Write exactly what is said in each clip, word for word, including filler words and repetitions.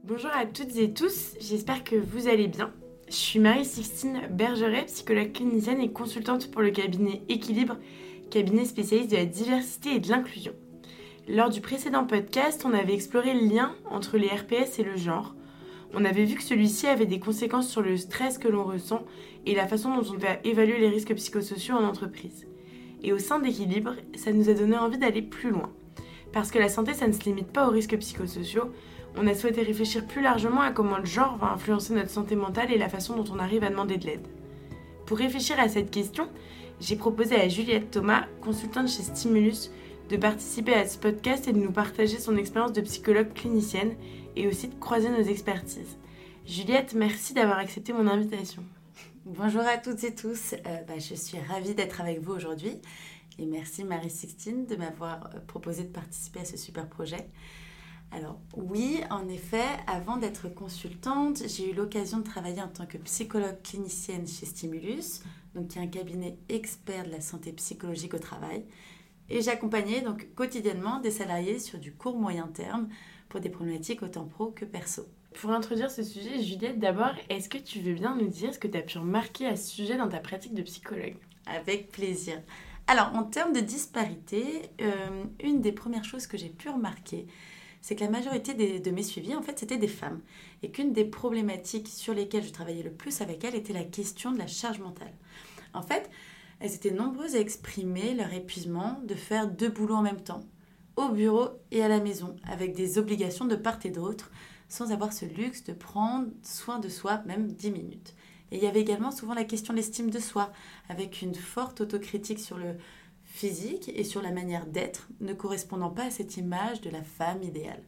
Bonjour à toutes et tous, j'espère que vous allez bien. Je suis Marie-Sixtine Bergeret, psychologue clinicienne et consultante pour le cabinet Équilibre, cabinet spécialiste de la diversité et de l'inclusion. Lors du précédent podcast, on avait exploré le lien entre les R P S et le genre. On avait vu que celui-ci avait des conséquences sur le stress que l'on ressent et la façon dont on va évaluer les risques psychosociaux en entreprise. Et au sein d'Équilibre, ça nous a donné envie d'aller plus loin. Parce que la santé, ça ne se limite pas aux risques psychosociaux. On a souhaité réfléchir plus largement à comment le genre va influencer notre santé mentale et la façon dont on arrive à demander de l'aide. Pour réfléchir à cette question, j'ai proposé à Juliette Thomas, consultante chez Stimulus, de participer à ce podcast et de nous partager son expérience de psychologue clinicienne et aussi de croiser nos expertises. Juliette, merci d'avoir accepté mon invitation. Bonjour à toutes et tous, euh, bah, je suis ravie d'être avec vous aujourd'hui et merci Marie-Sixtine de m'avoir proposé de participer à ce super projet. Alors oui, en effet, avant d'être consultante, j'ai eu l'occasion de travailler en tant que psychologue clinicienne chez Stimulus, donc qui est un cabinet expert de la santé psychologique au travail. Et j'accompagnais donc quotidiennement des salariés sur du court moyen terme pour des problématiques autant pro que perso. Pour introduire ce sujet, Juliette, d'abord, est-ce que tu veux bien nous dire ce que tu as pu remarquer à ce sujet dans ta pratique de psychologue ? Avec plaisir. Alors, en termes de disparité, euh, une des premières choses que j'ai pu remarquer, c'est que la majorité des, de mes suivis, en fait, c'était des femmes. Et qu'une des problématiques sur lesquelles je travaillais le plus avec elles était la question de la charge mentale. En fait, elles étaient nombreuses à exprimer leur épuisement de faire deux boulots en même temps, au bureau et à la maison, avec des obligations de part et d'autre, sans avoir ce luxe de prendre soin de soi, même dix minutes. Et il y avait également souvent la question de l'estime de soi, avec une forte autocritique sur le physique et sur la manière d'être, ne correspondant pas à cette image de la femme idéale.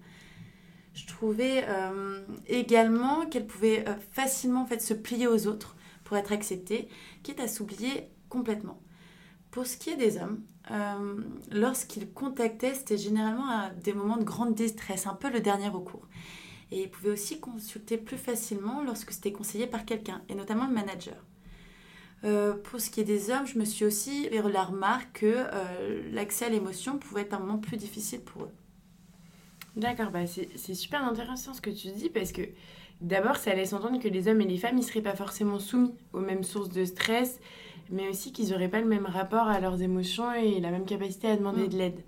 Je trouvais euh, également qu'elle pouvait euh, facilement en fait, se plier aux autres pour être acceptée, quitte à s'oublier complètement. Pour ce qui est des hommes, euh, lorsqu'ils contactaient, c'était généralement à des moments de grande détresse, un peu le dernier recours. Et ils pouvaient aussi consulter plus facilement lorsque c'était conseillé par quelqu'un, et notamment le manager. Euh, pour ce qui est des hommes, je me suis aussi fait la remarque que euh, l'accès à l'émotion pouvait être un moment plus difficile pour eux. D'accord, bah c'est, c'est super intéressant ce que tu dis parce que d'abord, ça laisse entendre que les hommes et les femmes, ils ne seraient pas forcément soumis aux mêmes sources de stress, mais aussi qu'ils n'auraient pas le même rapport à leurs émotions et la même capacité à demander mmh. de l'aide.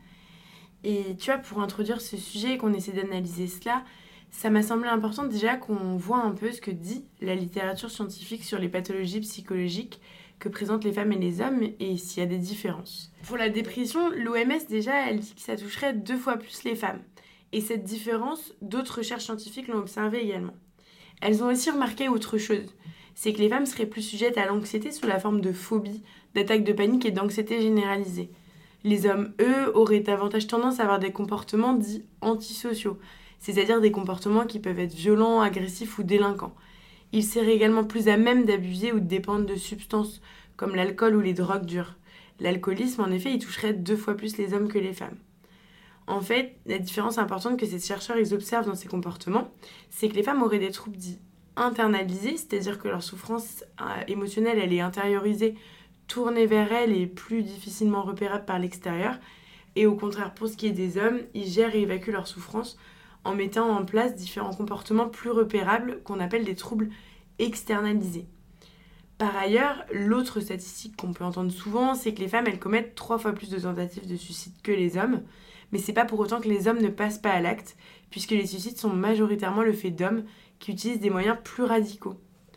Et tu vois, pour introduire ce sujet et qu'on essaie d'analyser cela, ça m'a semblé important déjà qu'on voit un peu ce que dit la littérature scientifique sur les pathologies psychologiques que présentent les femmes et les hommes et s'il y a des différences. Pour la dépression, l'O M S déjà, elle dit que ça toucherait deux fois plus les femmes. Et cette différence, d'autres recherches scientifiques l'ont observée également. Elles ont aussi remarqué autre chose, c'est que les femmes seraient plus sujettes à l'anxiété sous la forme de phobie, d'attaques de panique et d'anxiété généralisée. Les hommes, eux, auraient davantage tendance à avoir des comportements dits antisociaux, c'est-à-dire des comportements qui peuvent être violents, agressifs ou délinquants. Ils seraient également plus à même d'abuser ou de dépendre de substances, comme l'alcool ou les drogues dures. L'alcoolisme, en effet, il toucherait deux fois plus les hommes que les femmes. En fait, la différence importante que ces chercheurs ils observent dans ces comportements, c'est que les femmes auraient des troubles dits internalisés, c'est-à-dire que leur souffrance émotionnelle, elle est intériorisée, tournée vers elles et plus difficilement repérable par l'extérieur. Et au contraire, pour ce qui est des hommes, ils gèrent et évacuent leur souffrance en mettant en place différents comportements plus repérables qu'on appelle des troubles externalisés. Par ailleurs, l'autre statistique qu'on peut entendre souvent, c'est que les femmes, elles commettent trois fois plus de tentatives de suicide que les hommes, mais c'est pas pour autant que les hommes ne passent pas à l'acte, puisque les suicides sont majoritairement le fait d'hommes qui utilisent des moyens plus radicaux.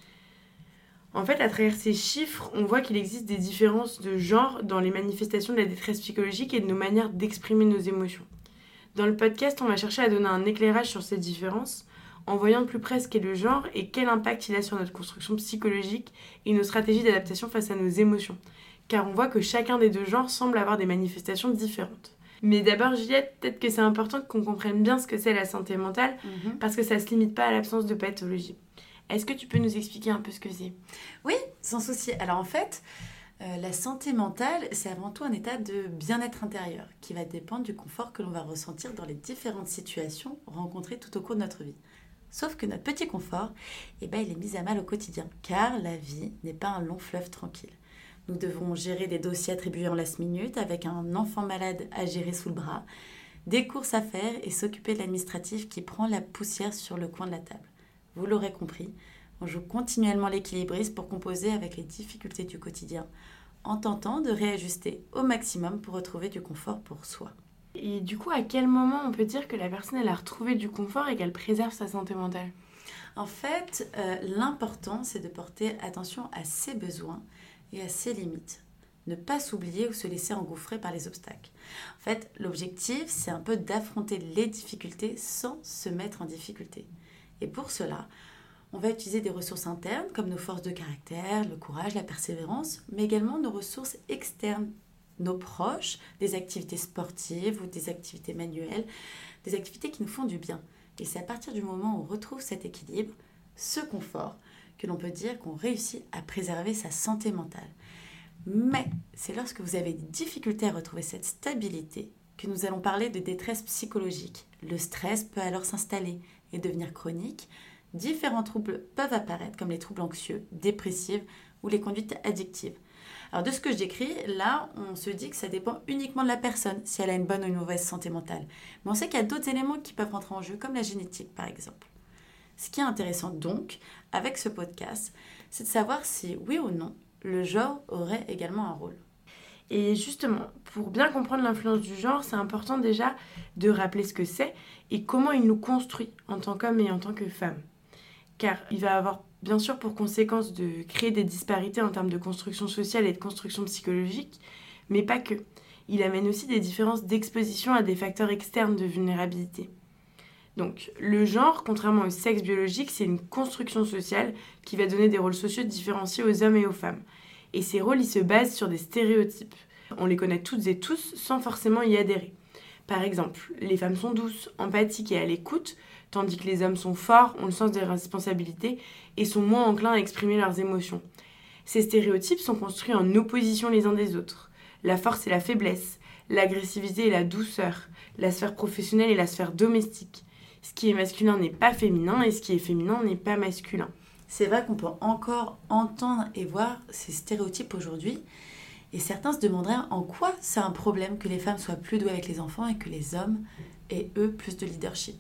En fait, à travers ces chiffres, on voit qu'il existe des différences de genre dans les manifestations de la détresse psychologique et de nos manières d'exprimer nos émotions. Dans le podcast, on va chercher à donner un éclairage sur ces différences, en voyant de plus près ce qu'est le genre et quel impact il a sur notre construction psychologique et nos stratégies d'adaptation face à nos émotions. Car on voit que chacun des deux genres semble avoir des manifestations différentes. Mais d'abord, Juliette, peut-être que c'est important qu'on comprenne bien ce que c'est la santé mentale, mmh. parce que ça ne se limite pas à l'absence de pathologie. Est-ce que tu peux nous expliquer un peu ce que c'est ? Oui, sans souci. Alors en fait, euh, la santé mentale, c'est avant tout un état de bien-être intérieur qui va dépendre du confort que l'on va ressentir dans les différentes situations rencontrées tout au cours de notre vie. Sauf que notre petit confort, eh ben, il est mis à mal au quotidien, car la vie n'est pas un long fleuve tranquille. Nous devons gérer des dossiers attribués en last minute avec un enfant malade à gérer sous le bras, des courses à faire et s'occuper de l'administratif qui prend la poussière sur le coin de la table. Vous l'aurez compris, on joue continuellement l'équilibriste pour composer avec les difficultés du quotidien, en tentant de réajuster au maximum pour retrouver du confort pour soi. Et du coup, à quel moment on peut dire que la personne elle a retrouvé du confort et qu'elle préserve sa santé mentale ? En fait, euh, l'important, c'est de porter attention à ses besoins et à ses limites. Ne pas s'oublier ou se laisser engouffrer par les obstacles. En fait, l'objectif, c'est un peu d'affronter les difficultés sans se mettre en difficulté. Et pour cela, on va utiliser des ressources internes comme nos forces de caractère, le courage, la persévérance, mais également nos ressources externes, nos proches, des activités sportives ou des activités manuelles, des activités qui nous font du bien. Et c'est à partir du moment où on retrouve cet équilibre, ce confort, que l'on peut dire qu'on réussit à préserver sa santé mentale. Mais c'est lorsque vous avez des difficultés à retrouver cette stabilité que nous allons parler de détresse psychologique. Le stress peut alors s'installer et devenir chronique. Différents troubles peuvent apparaître comme les troubles anxieux, dépressifs ou les conduites addictives. Alors de ce que je décris, là, on se dit que ça dépend uniquement de la personne, si elle a une bonne ou une mauvaise santé mentale. Mais on sait qu'il y a d'autres éléments qui peuvent rentrer en jeu, comme la génétique par exemple. Ce qui est intéressant donc, avec ce podcast, c'est de savoir si, oui ou non, le genre aurait également un rôle. Et justement, pour bien comprendre l'influence du genre, c'est important déjà de rappeler ce que c'est et comment il nous construit en tant qu'homme et en tant que femme. Car il va avoir bien sûr pour conséquence de créer des disparités en termes de construction sociale et de construction psychologique, mais pas que. Il amène aussi des différences d'exposition à des facteurs externes de vulnérabilité. Donc, le genre, contrairement au sexe biologique, c'est une construction sociale qui va donner des rôles sociaux différenciés aux hommes et aux femmes. Et ces rôles, ils se basent sur des stéréotypes. On les connaît toutes et tous sans forcément y adhérer. Par exemple, les femmes sont douces, empathiques et à l'écoute, tandis que les hommes sont forts, ont le sens des responsabilités et sont moins enclins à exprimer leurs émotions. Ces stéréotypes sont construits en opposition les uns des autres. La force et la faiblesse, l'agressivité et la douceur, la sphère professionnelle et la sphère domestique. Ce qui est masculin n'est pas féminin et ce qui est féminin n'est pas masculin. C'est vrai qu'on peut encore entendre et voir ces stéréotypes aujourd'hui. Et certains se demanderaient en quoi c'est un problème que les femmes soient plus douées avec les enfants et que les hommes aient, eux, plus de leadership.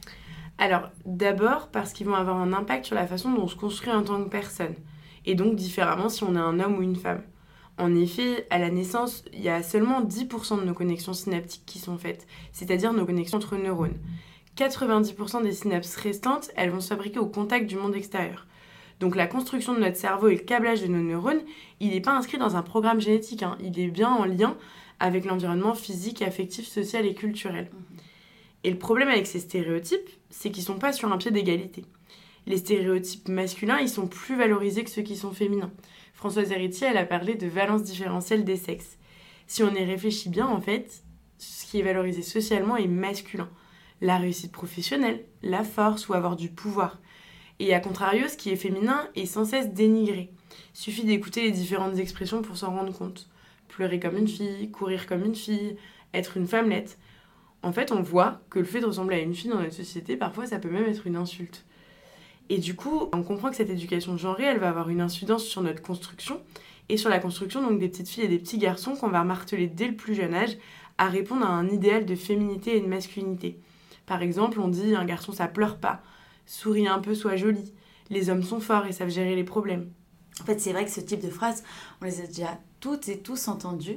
Alors, d'abord parce qu'ils vont avoir un impact sur la façon dont on se construit en tant que personne. Et donc différemment si on est un homme ou une femme. En effet, à la naissance, il y a seulement dix pour cent de nos connexions synaptiques qui sont faites, c'est-à-dire nos connexions entre neurones. quatre-vingt-dix pour cent des synapses restantes, elles vont se fabriquer au contact du monde extérieur. Donc la construction de notre cerveau et le câblage de nos neurones, il n'est pas inscrit dans un programme génétique, hein. Il est bien en lien avec l'environnement physique, affectif, social et culturel. Et le problème avec ces stéréotypes, c'est qu'ils ne sont pas sur un pied d'égalité. Les stéréotypes masculins, ils sont plus valorisés que ceux qui sont féminins. Françoise Héritier, elle a parlé de valence différentielle des sexes. Si on y réfléchit bien, en fait, ce qui est valorisé socialement est masculin. La réussite professionnelle, la force ou avoir du pouvoir. Et à contrario, ce qui est féminin est sans cesse dénigré. Il suffit d'écouter les différentes expressions pour s'en rendre compte. Pleurer comme une fille, courir comme une fille, être une femmelette. En fait, on voit que le fait de ressembler à une fille dans notre société, parfois, ça peut même être une insulte. Et du coup, on comprend que cette éducation genrée, elle va avoir une incidence sur notre construction et sur la construction donc, des petites filles et des petits garçons qu'on va marteler dès le plus jeune âge à répondre à un idéal de féminité et de masculinité. Par exemple, on dit « un garçon, ça pleure pas ». Souris un peu, sois jolie. Les hommes sont forts et savent gérer les problèmes. En fait, c'est vrai que ce type de phrases, on les a déjà toutes et tous entendues.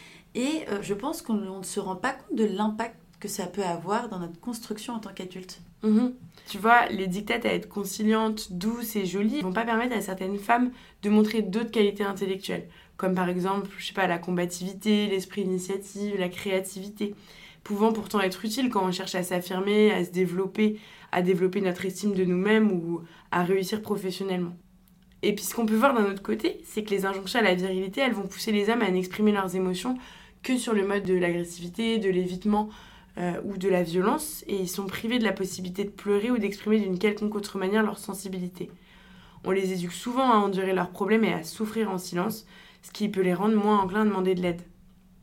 Et euh, je pense qu'on ne se rend pas compte de l'impact que ça peut avoir dans notre construction en tant qu'adulte. Mmh. Tu vois, les dictates à être conciliantes, douces et jolies ne vont pas permettre à certaines femmes de montrer d'autres qualités intellectuelles, comme par exemple, je sais pas, la combativité, l'esprit d'initiative, la créativité, pouvant pourtant être utiles quand on cherche à s'affirmer, à se développer, à développer notre estime de nous-mêmes ou à réussir professionnellement. Et puis ce qu'on peut voir d'un autre côté, c'est que les injonctions à la virilité, elles vont pousser les hommes à n'exprimer leurs émotions que sur le mode de l'agressivité, de l'évitement euh, ou de la violence, et ils sont privés de la possibilité de pleurer ou d'exprimer d'une quelconque autre manière leur sensibilité. On les éduque souvent à endurer leurs problèmes et à souffrir en silence, ce qui peut les rendre moins enclins à demander de l'aide.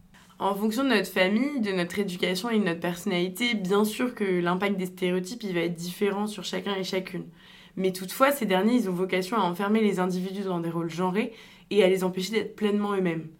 En fonction de notre famille, de notre éducation et de notre personnalité, bien sûr que l'impact des stéréotypes il va être différent sur chacun et chacune. Mais toutefois, ces derniers, ils ont vocation à enfermer les individus dans des rôles genrés et à les empêcher d'être pleinement eux-mêmes.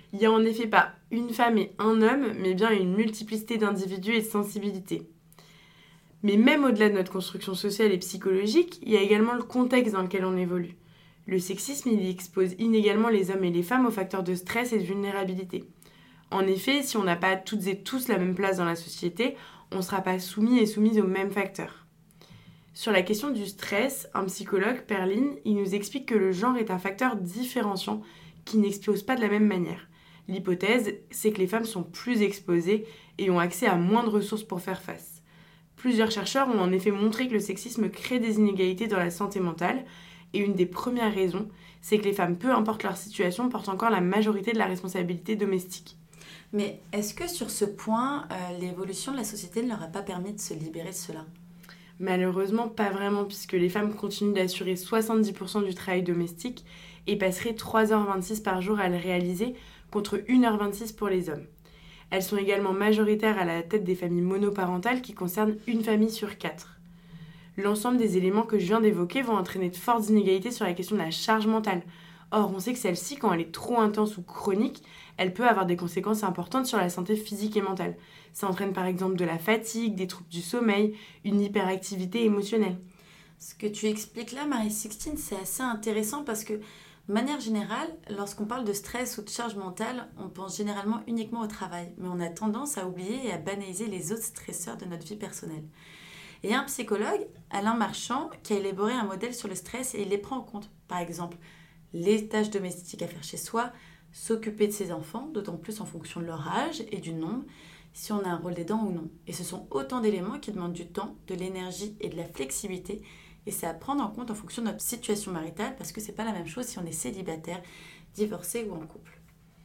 Il n'y a en effet pas une femme et un homme, mais bien une multiplicité d'individus et de sensibilités. Mais même au-delà de notre construction sociale et psychologique, il y a également le contexte dans lequel on évolue. Le sexisme, il expose inégalement les hommes et les femmes aux facteurs de stress et de vulnérabilité. En effet, si on n'a pas toutes et tous la même place dans la société, on ne sera pas soumis et soumise aux mêmes facteurs. Sur la question du stress, un psychologue, Perline, il nous explique que le genre est un facteur différenciant qui n'explose pas de la même manière. L'hypothèse, c'est que les femmes sont plus exposées et ont accès à moins de ressources pour faire face. Plusieurs chercheurs ont en effet montré que le sexisme crée des inégalités dans la santé mentale, et une des premières raisons, c'est que les femmes, peu importe leur situation, portent encore la majorité de la responsabilité domestique. Mais est-ce que sur ce point, euh, l'évolution de la société ne leur a pas permis de se libérer de cela ? Malheureusement, pas vraiment, puisque les femmes continuent d'assurer soixante-dix pour cent du travail domestique et passeraient trois heures vingt-six par jour à le réaliser, contre une heure vingt-six pour les hommes. Elles sont également majoritaires à la tête des familles monoparentales qui concernent une famille sur quatre. L'ensemble des éléments que je viens d'évoquer vont entraîner de fortes inégalités sur la question de la charge mentale. Or, on sait que celle-ci, quand elle est trop intense ou chronique, elle peut avoir des conséquences importantes sur la santé physique et mentale. Ça entraîne par exemple de la fatigue, des troubles du sommeil, une hyperactivité émotionnelle. Ce que tu expliques là, Marie-Sixtine, c'est assez intéressant parce que, de manière générale, lorsqu'on parle de stress ou de charge mentale, on pense généralement uniquement au travail, mais on a tendance à oublier et à banaliser les autres stresseurs de notre vie personnelle. Et il y a un psychologue, Alain Marchand, qui a élaboré un modèle sur le stress et il les prend en compte. Par exemple, les tâches domestiques à faire chez soi, s'occuper de ses enfants, d'autant plus en fonction de leur âge et du nombre, si on a un rôle d'aidant ou non. Et ce sont autant d'éléments qui demandent du temps, de l'énergie et de la flexibilité. Et c'est à prendre en compte en fonction de notre situation maritale, parce que c'est pas la même chose si on est célibataire, divorcé ou en couple.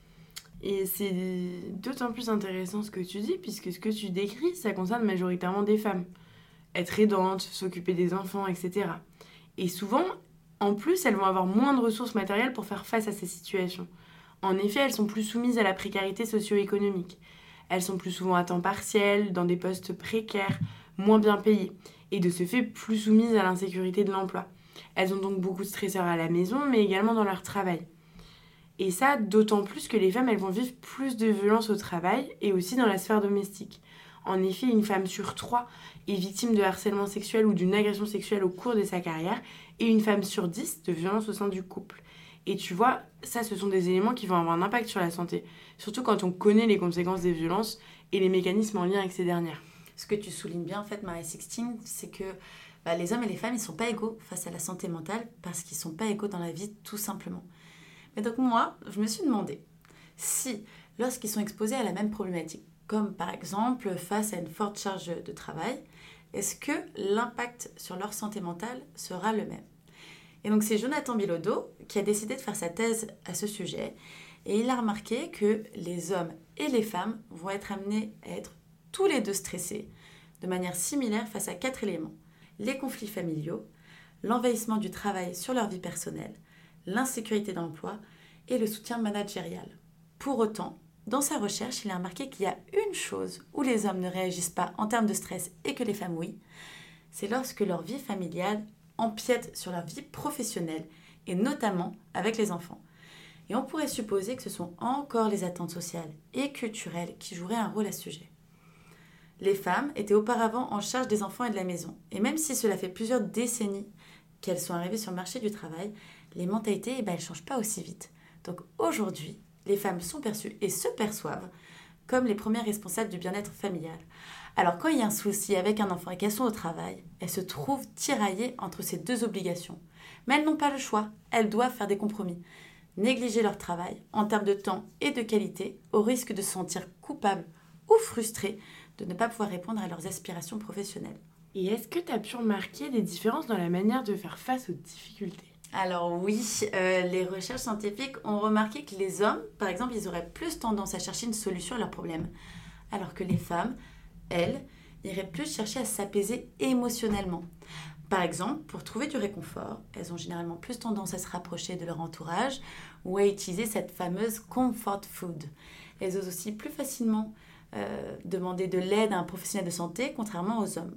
Et c'est d'autant plus intéressant ce que tu dis, puisque ce que tu décris, ça concerne majoritairement des femmes. Être aidante, s'occuper des enfants, et cetera. Et souvent, en plus, elles vont avoir moins de ressources matérielles pour faire face à ces situations. En effet, elles sont plus soumises à la précarité socio-économique. Elles sont plus souvent à temps partiel, dans des postes précaires, moins bien payés, et de ce fait plus soumises à l'insécurité de l'emploi. Elles ont donc beaucoup de stresseurs à la maison, mais également dans leur travail. Et ça, d'autant plus que les femmes, elles vont vivre plus de violences au travail et aussi dans la sphère domestique. En effet, une femme sur trois est victime de harcèlement sexuel ou d'une agression sexuelle au cours de sa carrière, et une femme sur dix de violences au sein du couple. Et tu vois, ça, ce sont des éléments qui vont avoir un impact sur la santé, surtout quand on connaît les conséquences des violences et les mécanismes en lien avec ces dernières. Ce que tu soulignes bien, en fait, Marie-Sixtine, c'est que bah, les hommes et les femmes, ils ne sont pas égaux face à la santé mentale parce qu'ils ne sont pas égaux dans la vie, tout simplement. Mais donc moi, je me suis demandé si, lorsqu'ils sont exposés à la même problématique, comme par exemple face à une forte charge de travail, est-ce que l'impact sur leur santé mentale sera le même ? Et donc c'est Jonathan Bilodeau qui a décidé de faire sa thèse à ce sujet, et il a remarqué que les hommes et les femmes vont être amenés à être tous les deux stressés de manière similaire face à quatre éléments: les conflits familiaux, l'envahissement du travail sur leur vie personnelle, l'insécurité d'emploi et le soutien managérial. Pour autant, dans sa recherche, il a remarqué qu'il y a une chose où les hommes ne réagissent pas en termes de stress et que les femmes oui, c'est lorsque leur vie familiale empiète sur leur vie professionnelle et notamment avec les enfants. Et on pourrait supposer que ce sont encore les attentes sociales et culturelles qui joueraient un rôle à ce sujet. Les femmes étaient auparavant en charge des enfants et de la maison, et même si cela fait plusieurs décennies qu'elles sont arrivées sur le marché du travail, les mentalités, eh ben, elles ne changent pas aussi vite. Donc aujourd'hui, les femmes sont perçues et se perçoivent comme les premières responsables du bien-être familial. Alors quand il y a un souci avec un enfant et qu'elles sont au travail, elles se trouvent tiraillées entre ces deux obligations. Mais elles n'ont pas le choix, elles doivent faire des compromis. Négliger leur travail en termes de temps et de qualité au risque de se sentir coupables ou frustrées de ne pas pouvoir répondre à leurs aspirations professionnelles. Et est-ce que tu as pu remarquer des différences dans la manière de faire face aux difficultés ? Alors oui, euh, les recherches scientifiques ont remarqué que les hommes, par exemple, ils auraient plus tendance à chercher une solution à leurs problèmes, alors que les femmes, elles, iraient plus chercher à s'apaiser émotionnellement. Par exemple, pour trouver du réconfort, elles ont généralement plus tendance à se rapprocher de leur entourage ou à utiliser cette fameuse comfort food. Elles osent aussi plus facilement euh, demander de l'aide à un professionnel de santé, contrairement aux hommes.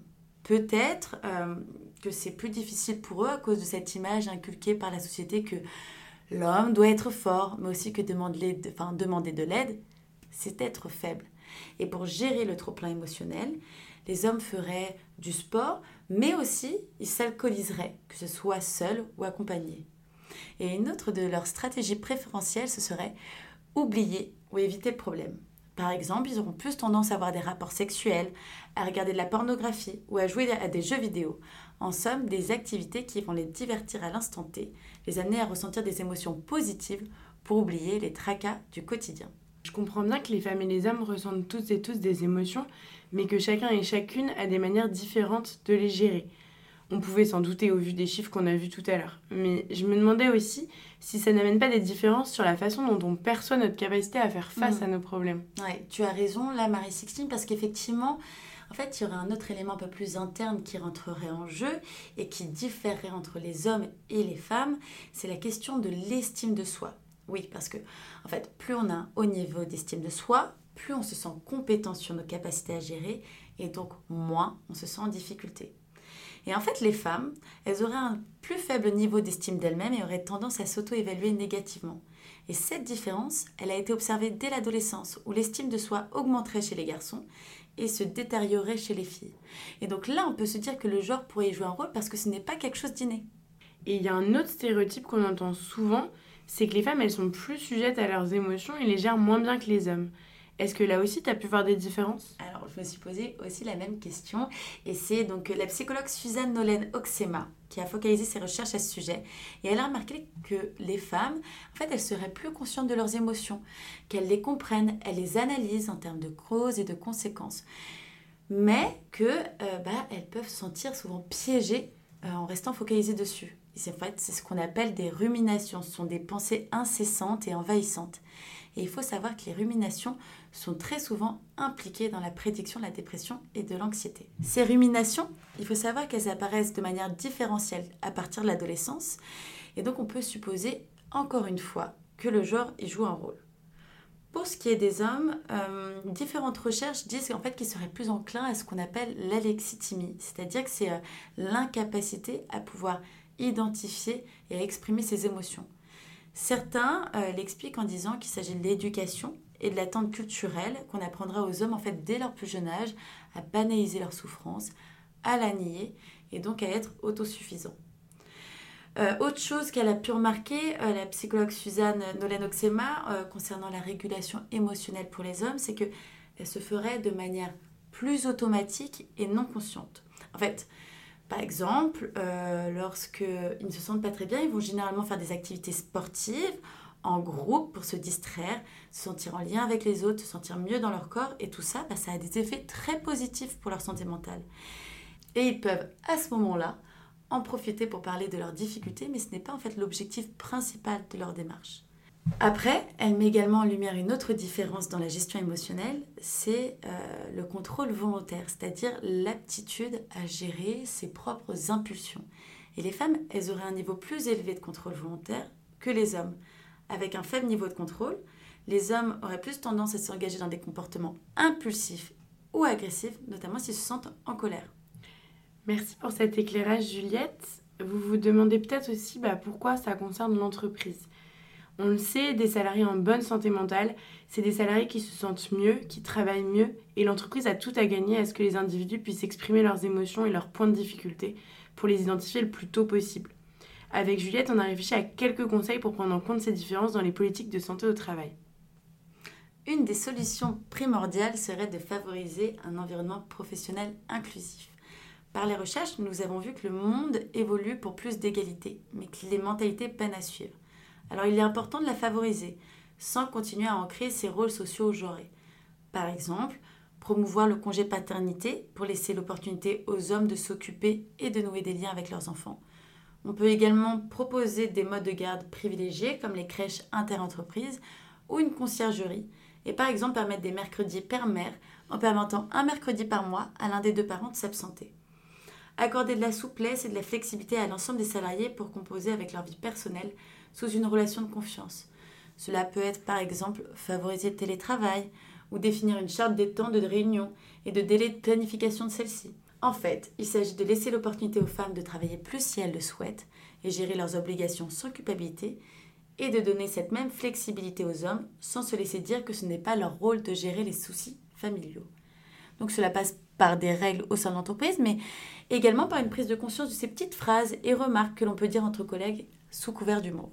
Peut-être euh, que c'est plus difficile pour eux à cause de cette image inculquée par la société que L'homme doit être fort, mais aussi que demander de, enfin, demander de l'aide, c'est être faible. Et pour gérer le trop-plein émotionnel, les hommes feraient du sport, mais aussi ils s'alcooliseraient, que ce soit seul ou accompagné. Et une autre de leurs stratégies préférentielles, ce serait oublier ou éviter le problème. Par exemple, ils auront plus tendance à avoir des rapports sexuels, à regarder de la pornographie ou à jouer à des jeux vidéo. En somme, des activités qui vont les divertir à l'instant T, les amener à ressentir des émotions positives pour oublier les tracas du quotidien. Je comprends bien que les femmes et les hommes ressentent toutes et tous des émotions, mais que chacun et chacune a des manières différentes de les gérer. On pouvait s'en douter au vu des chiffres qu'on a vus tout à l'heure. Mais je me demandais aussi si ça n'amène pas des différences sur la façon dont on perçoit notre capacité à faire face mmh. à nos problèmes. Ouais, tu as raison là, Marie-Sixtine, parce qu'effectivement, en fait, il y aurait un autre élément un peu plus interne qui rentrerait en jeu et qui différerait entre les hommes et les femmes, c'est la question de l'estime de soi. Oui, parce que, en fait, plus on a un haut niveau d'estime de soi, plus on se sent compétent sur nos capacités à gérer et donc moins on se sent en difficulté. Et en fait, les femmes, elles auraient un plus faible niveau d'estime d'elles-mêmes et auraient tendance à s'auto-évaluer négativement. Et cette différence, elle a été observée dès l'adolescence, où l'estime de soi augmenterait chez les garçons et se détériorerait chez les filles. Et donc là, on peut se dire que le genre pourrait y jouer un rôle parce que ce n'est pas quelque chose d'inné. Et il y a un autre stéréotype qu'on entend souvent, c'est que les femmes, elles sont plus sujettes à leurs émotions et les gèrent moins bien que les hommes. Est-ce que là aussi, tu as pu voir des différences ? Alors, je me suis posé aussi la même question. Et c'est donc la psychologue Suzanne Nollen-Oxema qui a focalisé ses recherches à ce sujet. Et elle a remarqué que les femmes, en fait, elles seraient plus conscientes de leurs émotions, qu'elles les comprennent, elles les analysent en termes de causes et de conséquences. Mais que, euh, bah, elles peuvent se sentir souvent piégées euh, en restant focalisées dessus. Et c'est, en fait, c'est ce qu'on appelle des ruminations. Ce sont des pensées incessantes et envahissantes. Et il faut savoir que les ruminations sont très souvent impliquées dans la prédiction de la dépression et de l'anxiété. Ces ruminations, il faut savoir qu'elles apparaissent de manière différentielle à partir de l'adolescence. Et donc on peut supposer, encore une fois, que le genre y joue un rôle. Pour ce qui est des hommes, euh, différentes recherches disent en fait qu'ils seraient plus enclins à ce qu'on appelle l'alexithymie. C'est-à-dire que c'est euh, l'incapacité à pouvoir identifier et à exprimer ses émotions. Certains euh, l'expliquent en disant qu'il s'agit de l'éducation et de l'attente culturelle qu'on apprendra aux hommes en fait dès leur plus jeune âge à banaliser leur souffrance, à la nier et donc à être autosuffisants. Euh, autre chose qu'elle a pu remarquer, euh, la psychologue Suzanne Nollen-Oxema, euh, concernant la régulation émotionnelle pour les hommes, c'est qu'elle se ferait de manière plus automatique et non consciente. En fait, par exemple, euh, lorsqu'ils ne se sentent pas très bien, ils vont généralement faire des activités sportives en groupe pour se distraire, se sentir en lien avec les autres, se sentir mieux dans leur corps. Et tout ça, bah, ça a des effets très positifs pour leur santé mentale. Et ils peuvent, à ce moment-là, en profiter pour parler de leurs difficultés, mais ce n'est pas en fait l'objectif principal de leur démarche. Après, elle met également en lumière une autre différence dans la gestion émotionnelle, c'est euh, le contrôle volontaire, c'est-à-dire l'aptitude à gérer ses propres impulsions. Et les femmes, elles auraient un niveau plus élevé de contrôle volontaire que les hommes. Avec un faible niveau de contrôle, les hommes auraient plus tendance à s'engager dans des comportements impulsifs ou agressifs, notamment s'ils se sentent en colère. Merci pour cet éclairage, Juliette. Vous vous demandez peut-être aussi bah, pourquoi ça concerne l'entreprise. On le sait, des salariés en bonne santé mentale, c'est des salariés qui se sentent mieux, qui travaillent mieux, et l'entreprise a tout à gagner à ce que les individus puissent exprimer leurs émotions et leurs points de difficulté pour les identifier le plus tôt possible. Avec Juliette, on a réfléchi à quelques conseils pour prendre en compte ces différences dans les politiques de santé au travail. Une des solutions primordiales serait de favoriser un environnement professionnel inclusif. Par les recherches, nous avons vu que le monde évolue pour plus d'égalité, mais que les mentalités peinent à suivre. Alors il est important de la favoriser, sans continuer à ancrer ces rôles sociaux genrés. Par exemple, promouvoir le congé paternité pour laisser l'opportunité aux hommes de s'occuper et de nouer des liens avec leurs enfants. On peut également proposer des modes de garde privilégiés comme les crèches interentreprises ou une conciergerie et par exemple permettre des mercredis père-mère en permettant un mercredi par mois à l'un des deux parents de s'absenter. Accorder de la souplesse et de la flexibilité à l'ensemble des salariés pour composer avec leur vie personnelle sous une relation de confiance. Cela peut être par exemple favoriser le télétravail ou définir une charte des temps de réunion et de délai de planification de celle-ci. En fait, il s'agit de laisser l'opportunité aux femmes de travailler plus si elles le souhaitent et gérer leurs obligations sans culpabilité et de donner cette même flexibilité aux hommes sans se laisser dire que ce n'est pas leur rôle de gérer les soucis familiaux. Donc cela passe par des règles au sein de l'entreprise, mais également par une prise de conscience de ces petites phrases et remarques que l'on peut dire entre collègues sous couvert d'humour.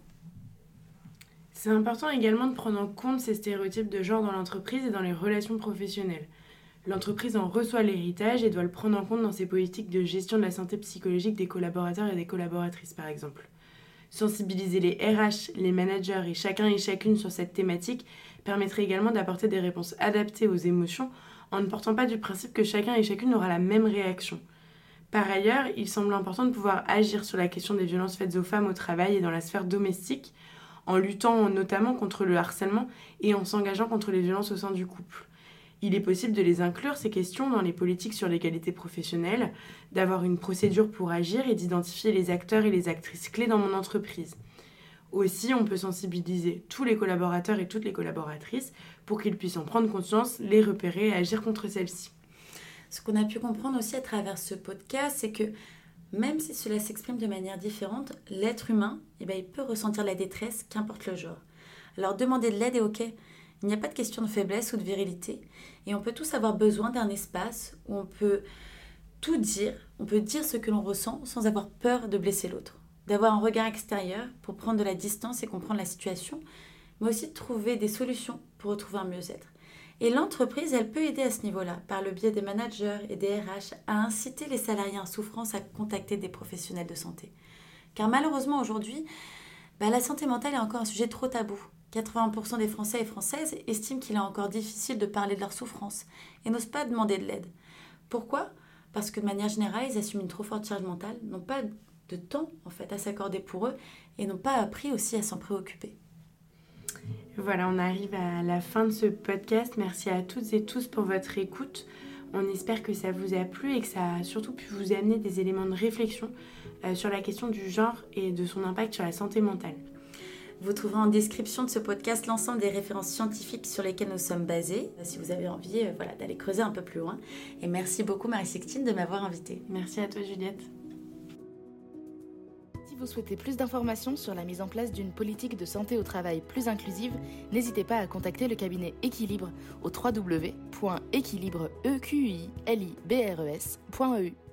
C'est important également de prendre en compte ces stéréotypes de genre dans l'entreprise et dans les relations professionnelles. L'entreprise en reçoit l'héritage et doit le prendre en compte dans ses politiques de gestion de la santé psychologique des collaborateurs et des collaboratrices par exemple. Sensibiliser les R H, les managers et chacun et chacune sur cette thématique permettrait également d'apporter des réponses adaptées aux émotions en ne partant pas du principe que chacun et chacune aura la même réaction. Par ailleurs, il semble important de pouvoir agir sur la question des violences faites aux femmes au travail et dans la sphère domestique, en luttant notamment contre le harcèlement et en s'engageant contre les violences au sein du couple. Il est possible de les inclure, ces questions, dans les politiques sur l'égalité professionnelle, d'avoir une procédure pour agir et d'identifier les acteurs et les actrices clés dans mon entreprise. Aussi, on peut sensibiliser tous les collaborateurs et toutes les collaboratrices pour qu'ils puissent en prendre conscience, les repérer et agir contre celles-ci. Ce qu'on a pu comprendre aussi à travers ce podcast, c'est que même si cela s'exprime de manière différente, l'être humain, eh ben, il peut ressentir la détresse, qu'importe le genre. Alors demander de l'aide est ok. Il n'y a pas de question de faiblesse ou de virilité. Et on peut tous avoir besoin d'un espace où on peut tout dire, on peut dire ce que l'on ressent sans avoir peur de blesser l'autre. D'avoir un regard extérieur pour prendre de la distance et comprendre la situation, mais aussi de trouver des solutions pour retrouver un mieux-être. Et l'entreprise, elle peut aider à ce niveau-là, par le biais des managers et des R H, à inciter les salariés en souffrance à contacter des professionnels de santé. Car malheureusement aujourd'hui, bah, la santé mentale est encore un sujet trop tabou. quatre-vingts pour cent des Français et Françaises estiment qu'il est encore difficile de parler de leur souffrance et n'osent pas demander de l'aide. Pourquoi ? Parce que de manière générale, ils assument une trop forte charge mentale, n'ont pas de temps en fait à s'accorder pour eux et n'ont pas appris aussi à s'en préoccuper. Voilà, on arrive à la fin de ce podcast. Merci à toutes et tous pour votre écoute. On espère que ça vous a plu et que ça a surtout pu vous amener des éléments de réflexion euh, sur la question du genre et de son impact sur la santé mentale. Vous trouverez en description de ce podcast l'ensemble des références scientifiques sur lesquelles nous sommes basés, si vous avez envie euh, voilà, d'aller creuser un peu plus loin. Et merci beaucoup Marie-Sixtine de m'avoir invitée. Merci à toi Juliette. Si vous souhaitez plus d'informations sur la mise en place d'une politique de santé au travail plus inclusive, n'hésitez pas à contacter le cabinet Équilibre au w w w point équilibre point e q u i l i b r e s point e u.